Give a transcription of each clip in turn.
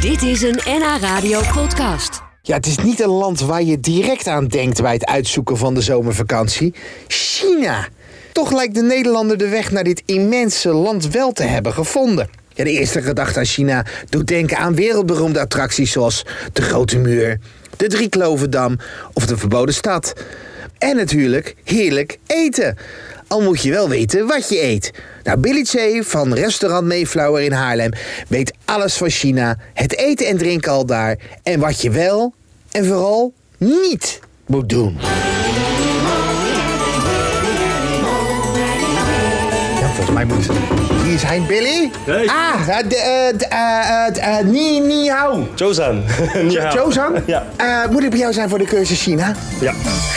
Dit is een NH Radio podcast. Ja, het is niet een land waar je direct aan denkt bij het uitzoeken van de zomervakantie. China. Toch lijkt de Nederlander de weg naar dit immense land wel te hebben gevonden. Ja, de eerste gedachte aan China doet denken aan wereldberoemde attracties zoals de Grote Muur, de Drieklovendam of de Verboden Stad. En natuurlijk heerlijk eten. Al moet je wel weten wat je eet. Nou, Billy Tse van restaurant Mayflower in Haarlem weet alles van China, het eten en drinken al daar en wat je wel en vooral niet moet doen. Ja, volgens mij moet het. Hier is hij, Billy. Hey. Ni hao. Zhozan. Zhozan? Ja. Moet ik bij jou zijn voor de cursus China? Ja.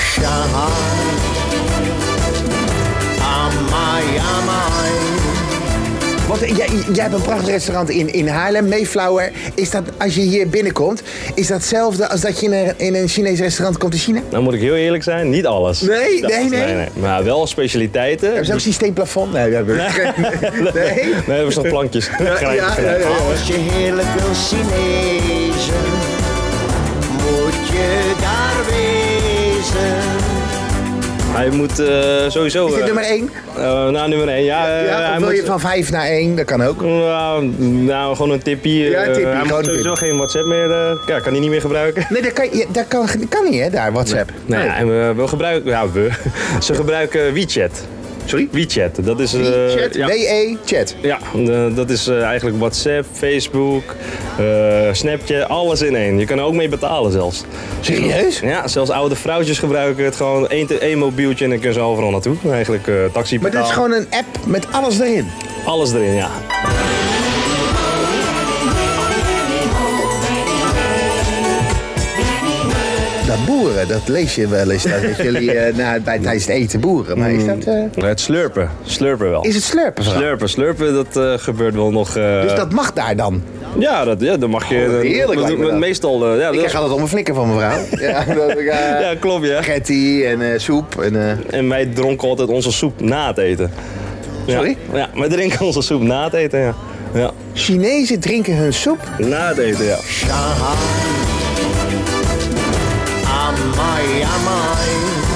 Want jij hebt een prachtig restaurant in Haarlem, Mayflower. Is dat, als je hier binnenkomt, is dat hetzelfde als dat je in een Chinees restaurant komt in China? Nou moet ik heel eerlijk zijn, niet alles. Nee. Maar wel specialiteiten. Hebben ze ook systeemplafond? Nee. Nee, we hebben zo'n plankjes. Ja. Als je heerlijk wil Chinezen, moet je daar wezen. Hij moet sowieso... Is dit nummer 1? Nummer 1, ja. Of wil je van 5 naar 1? Dat kan ook. Nou, gewoon een tippie. Ja, tippie. Hij Gewoon moet sowieso geen WhatsApp meer. Kan hij niet meer gebruiken. Nee, dat kan niet, hè, daar, WhatsApp. Nee. Ja, en we gebruiken... Ja, ze gebruiken WeChat. Sorry? WeChat, dat is... WeChat? Ja. W-E-Chat. Ja, dat is eigenlijk WhatsApp, Facebook, Snapchat, alles in één. Je kan er ook mee betalen zelfs. Serieus? Ja, zelfs oude vrouwtjes gebruiken het gewoon één mobieltje en dan kunnen ze overal naartoe. Eigenlijk taxi Maar betalen. dit is gewoon een app met alles erin. Alles erin, ja. Dat boeren, dat lees je wel eens. Dat jullie tijdens het eten boeren. Maar is dat... Het slurpen wel. Is het slurpen vooral? Slurpen, dat gebeurt wel nog... Dus dat mag daar dan? Ja, dat mag je... heerlijk lijkt me dat. Meestal... Ik krijg altijd om een flikker van mevrouw. Ja, klopt, ja. Spaghetti en soep. En wij dronken altijd onze soep na het eten. Sorry? Ja, wij drinken onze soep na het eten, ja. Ja. Chinezen drinken hun soep? Na het eten, ja. Amai.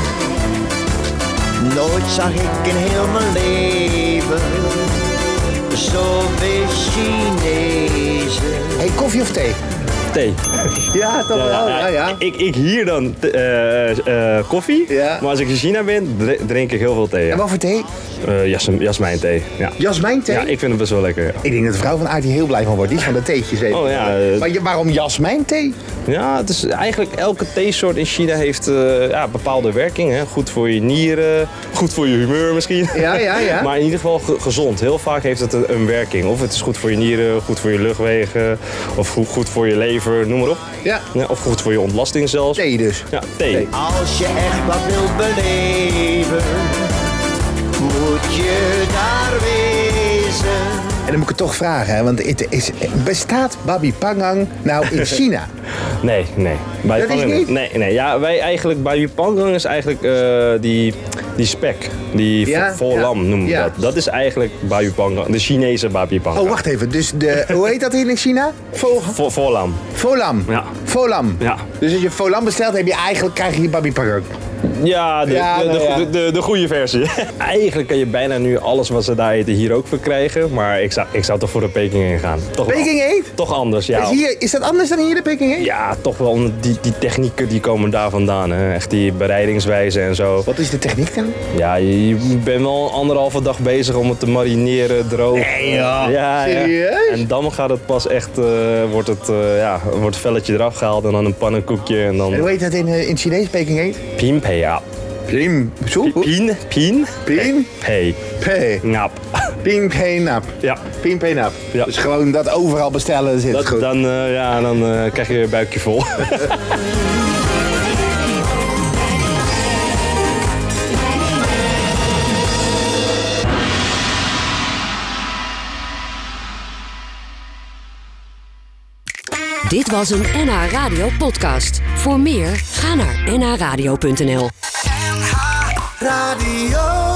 Nooit zag ik in heel mijn leven zoveel Chinezen. Hey, koffie of thee? Thee. Ja, toch wel. Ja. Ik hier dan koffie, Ja. maar als ik in China ben, drink ik heel veel thee. En Ja. wat voor thee? Jasmijnthee. Ja. Jasmijnthee? Ja, ik vind het best wel lekker. Ja, Ik denk dat de vrouw van Aart hier heel blij van wordt. Die is van de theetjes even. Oh, ja, Maar waarom jasmijnthee? ja, het is eigenlijk elke theesoort in China heeft bepaalde werking. Hè. Goed voor je nieren, goed voor je humeur misschien. Ja. Maar in ieder geval gezond. Heel vaak heeft het een werking. Of het is goed voor je nieren, goed voor je luchtwegen, of goed voor je lever, noem maar op. Ja. Ja, of goed voor je ontlasting zelfs. Thee dus. Ja, thee. Als je echt wat wilt beleven, moet je daar wezen. En dan moet ik het toch vragen, hè, want bestaat Babi Pangang nou in China? Nee. Bij Dat is Pangang niet? Nee. Ja, wij eigenlijk, bij Pangang is eigenlijk die spek. Die Ja, vol ja. lam noemen we Ja. dat. Dat is eigenlijk Babi Pangang, de Chinese Babi Pangang. Oh, wacht even. Dus hoe heet dat hier in China? Vol lam. Folam. Ja. Folam. Ja. Dus als je folam bestelt, krijg je hier Babi Pangang. Ja, Ja, de goede versie. Eigenlijk kan je bijna nu alles wat ze daar eten hier ook verkrijgen. Maar ik zou toch voor de Peking heen gaan. Toch wel. Peking eet? Toch anders, ja. Is dat anders dan hier de Peking eet? Ja, toch wel. Die technieken die komen daar vandaan. Hè. Echt die bereidingswijze en zo. Wat is de techniek dan? Ja, je bent wel 1,5 dag bezig om het te marineren, droog. Nee, joh. Ja. Serieus? En dan gaat het pas echt, wordt het velletje eraf gehaald en dan een pannenkoekje en dan... En hoe heet dat in Chinees, Peking eet? Pimpea. Pim. Pin. Pe. Nap. Ping, pe, nap. Ja. Ping, pe, nap. Ja. Dus gewoon dat overal bestellen zit goed. Dan krijg je je buikje vol. Dit was een NH Radio podcast. Voor meer, ga naar nhradio.nl. Radio.